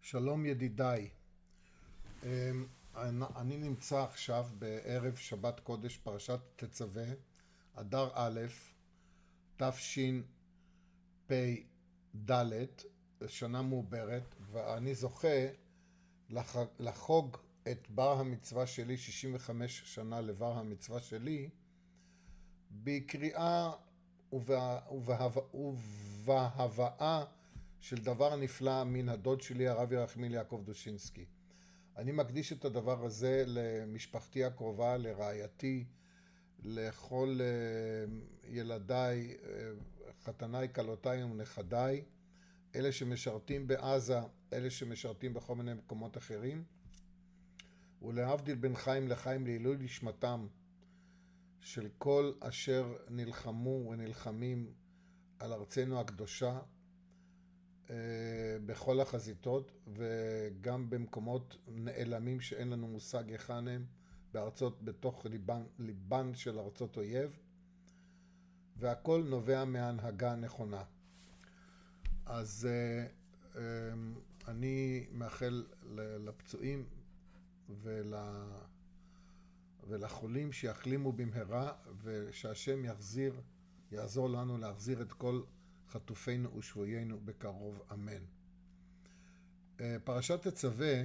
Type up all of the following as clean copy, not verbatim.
שלום ידידיי, אני נמצא עכשיו בערב שבת קודש פרשת תצווה, אדר א', תשפ"ד, שנה מעוברת, ואני זוכה לחוג את בר המצווה שלי, 65 שנה לבר המצווה שלי, בקריאה ובהבאה של דבר נפלא מן הדוד שלי הרב ירחמיאל יעקב דושינסקי. אני מקדיש את הדבר הזה למשפחתי הקרובה, לרעייתי, לכל ילדיי, חתניי, כלותיי ונכדיי, אלה שמשרתים בעזה, אלה שמשרתים בכל מיני מקומות אחרים, ולהבדיל בין חיים לחיים, לעילוי נשמתם של כל אשר נלחמו ונלחמים על ארצנו הקדושה בכל החזיתות, וגם במקומות נעלמים שאין לנו מושג היכן הם, בארצות, בתוך ליבן של ארצות אויב, והכל נובע מהנהגה נכונה. אז אני מאחל לפצועים ולחולים שיחלימו במהרה, ושהשם יעזור לנו להחזיר את כל חטופינו ושבויינו בקרוב, אמן. פרשת תצווה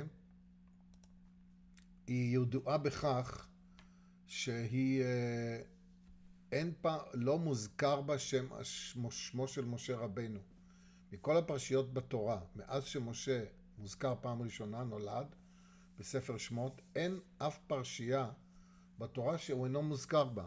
היא ידועה בכך שהיא לא מוזכר בה שמו של משה רבנו. מכל הפרשיות בתורה, מאז שמשה מוזכר פעם ראשונה, נולד בספר שמות, אין אף פרשייה בתורה שהוא אינו מוזכר בה.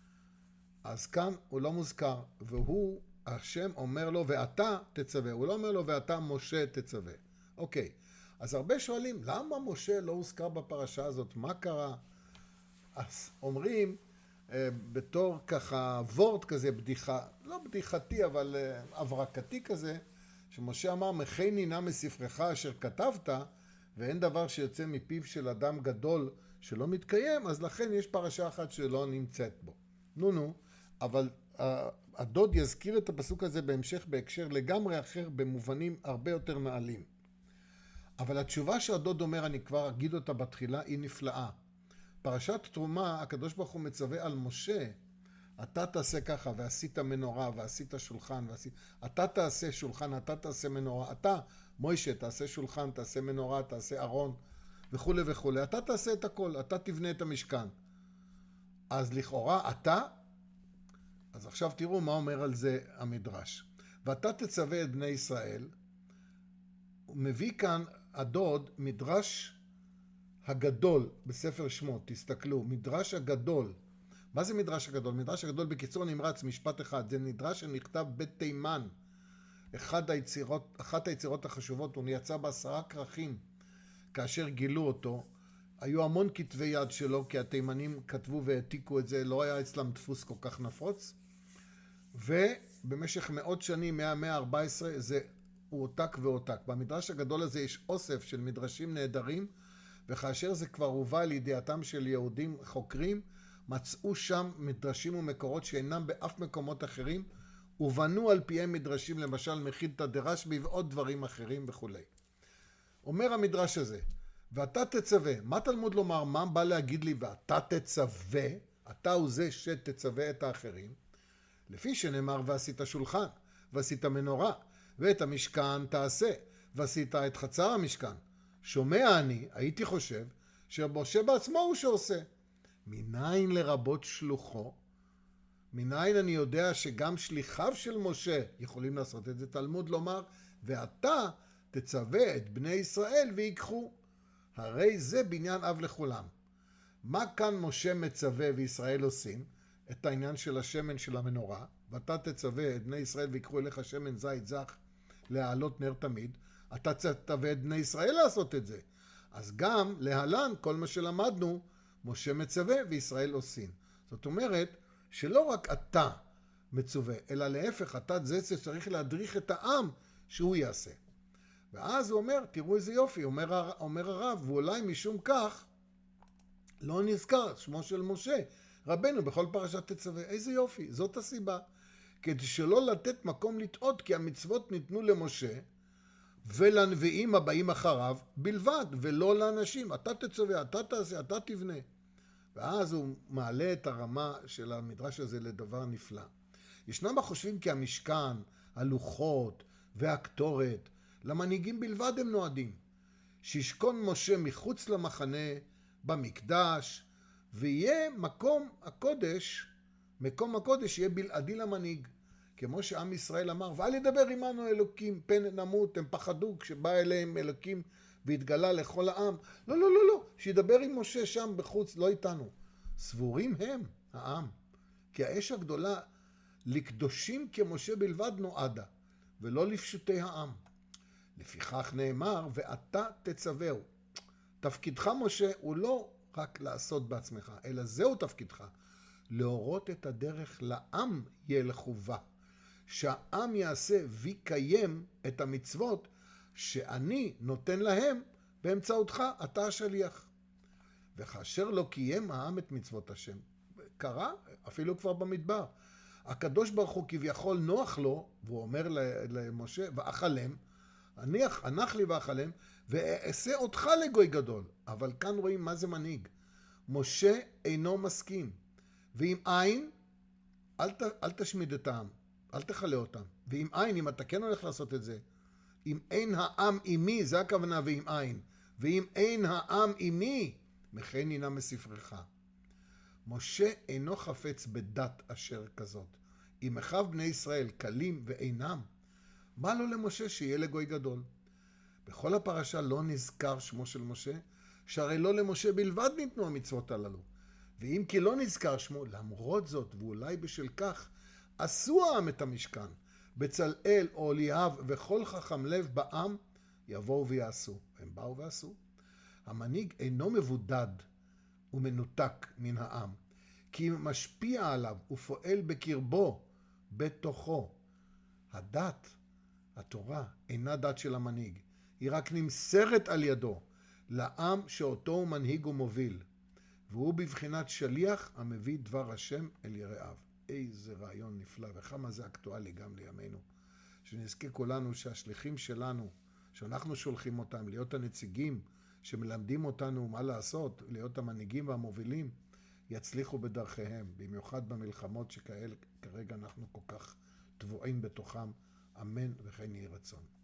אז כאן הוא לא מוזכר, והוא, השם אומר לו ואתה תצווה, הוא לא אומר לו ואתה משה תצווה. אוקיי, אז הרבה שואלים, למה משה לא הוזכר בפרשה הזאת? מה קרה? אז אומרים, בתור ככה וורט כזה, בדיחה, לא בדיחתי אבל הברקתי כזה, שמשה אמר, מכני נא מספרך אשר כתבת, ואין דבר שיוצא מפיו של אדם גדול שלא מתקיים, אז לכן יש פרשה אחת שלא נמצאת בו. נו, אבל הדוד יזכיר את הפסוק הזה בהמשך בהקשר לגמרי אחר, במובנים הרבה יותר נעלים. אבל התשובה שהדוד אומר, אני כבר אגיד אותה בתחילה, היא נפלאה. פרשת תרומה, הקדוש ברוך הוא מצווה על משה, אתה תעשה ככה, ועשית מנורה, ועשית שולחן, אתה תעשה שולחן, אתה תעשה מנורה, אתה, מוישה, תעשה שולחן, תעשה מנורה, תעשה ארון, וכו' וכו'. אתה תעשה את הכל, אתה תבנה את המשכן. אז לכאורה, אז עכשיו תראו מה אומר על זה המדרש. ואתה תצווה את בני ישראל, הוא מביא כאן הדוד מדרש הגדול בספר שמות, תסתכלו, מדרש הגדול. מה זה מדרש הגדול? מדרש הגדול בקיצור נמרץ, משפט אחד, זה מדרש שנכתב בתימן, אחת היצירות החשובות, הוא יצא ב10 כרכים, כאשר גילו אותו, היו המון כתבי יד שלו, כי התימנים כתבו והעתיקו את זה, לא היה אצלם דפוס כל כך נפוץ, ובמשך מאות שנים, מהמאה ה-14, הוא עותק ועותק. במדרש הגדול הזה יש אוסף של מדרשים נהדרים, וכאשר זה כבר הובא לידיעתם של יהודים חוקרים, מצאו שם מדרשים ומקורות שאינם באף מקומות אחרים, ובנו על פיהם מדרשים, למשל מחילתא דרשב"י ועוד דברים אחרים וכו'. אומר המדרש הזה, ואתה תצווה, מה תלמוד לומר, מה בא להגיד לי ואתה תצווה, אתה הוא זה שתצווה את האחרים, לפי שנאמר ועשית שולחן, ועשית מנורה, ואת המשכן תעשה, ועשית את חצר המשכן. שומע אני, הייתי חושב, שמשה בעצמו הוא שעושה. מניין לרבות שלוחו? מניין אני יודע שגם שליחיו של משה יכולים לעשות את זה? תלמוד לומר, ואתה תצווה את בני ישראל ויקחו. הרי זה בניין אב לכולם. מה כאן משה מצווה וישראל עושים? את העניין של השמן של המנורה, ואתה תצווה את בני ישראל ויקחו אליך שמן זית זך להעלות נר תמיד, אתה תצווה את בני ישראל לעשות את זה. אז גם להלן כל מה שלמדנו, משה מצווה וישראל עושים. זאת אומרת שלא רק אתה מצווה, אלא להפך, אתה זה שצריך להדריך את העם שהוא יעשה. ואז הוא אומר, תראו איזה יופי, אומר הרב, ואולי משום כך לא נזכר שמו של משה רבנו בכל פרשת תצווה. איזה יופי, זאת הסיבה. כדי שלא לתת מקום לטעות, כי המצוות ניתנו למשה, ולנביאים הבאים אחריו בלבד, ולא לאנשים. אתה תצווה, אתה תעשה, אתה תבנה. ואז הוא מעלה את הרמה של המדרש הזה לדבר נפלא. ישנם החושבים כי המשכן, הלוחות והקטורת, למנהיגים בלבד הם נועדים. שישכון משה מחוץ למחנה, במקדש, ויהיה מקום הקודש יהיה בלעדי למנהיג. כמו שעם ישראל אמר, ואל ידבר עמנו אלוקים, פן נמות, הם פחדו כשבא אליהם אלוקים והתגלה לכל העם. לא, לא, לא, לא, שידבר עם משה שם בחוץ, לא איתנו. סבורים הם, העם, כי האש הגדולה לקדושים כמשה בלבד נועדה, ולא לפשוטי העם. לפיכך נאמר, ואתה תצווהו. תפקידך משה הוא לא רק לעשות בעצמך, אלא זהו תפקידך, להורות את הדרך לעם ילכו בה, שהעם יעשה ויקיים את המצוות שאני נותן להם באמצעותך, אתה השליח. וכאשר לא קיים העם את מצוות השם, קרה אפילו כבר במדבר, הקדוש ברוך הוא כביכול נוח לו, והוא אומר למשה, ואכלם, הנח לי ואכלם, ואעשה אותך לגוי גדול. אבל כאן רואים מה זה מנהיג. משה אינו מסכים, ואם אין, אל תשמיד את העם, אל תחלה אותם. ואם אין, אם אתה כן הולך לעשות את זה, אם אין העם עמי, זה הכוונה ואם אין, ואם אין העם עמי, מכן ינם מספרך. משה אינו חפץ בדת אשר כזאת. אם אחיו בני ישראל קלים ואינם, מה לו למשה שיהיה לגוי גדול? בכל הפרשה לא נזכר שמו של משה, שהרי לא למשה בלבד ניתנו המצוות הללו. ואם כי לא נזכר שמו, למרות זאת, ואולי בשל כך, עשו העם את המשכן. בצלאל, אוליאב וכל חכם לב בעם יבואו ויעשו. הם באו ועשו. המנהיג אינו מבודד ומנותק מן העם, כי משפיע עליו ופועל בקרבו, בתוכו. הדת, התורה, אינה דת של המנהיג. היא רק נמסרת על ידו לעם שאותו הוא מנהיג ומוביל. והוא בבחינת שליח המביא דבר השם אל יראיו. איזה רעיון נפלא, וכמה זה אקטואלי גם לימינו. שנזכה כולנו שהשליחים שלנו, שאנחנו שולחים אותם, להיות הנציגים שמלמדים אותנו מה לעשות, להיות המנהיגים והמובילים, יצליחו בדרכיהם, במיוחד במלחמות שכרגע אנחנו כל כך טבועים בתוכם. אמן וכן יהי רצון.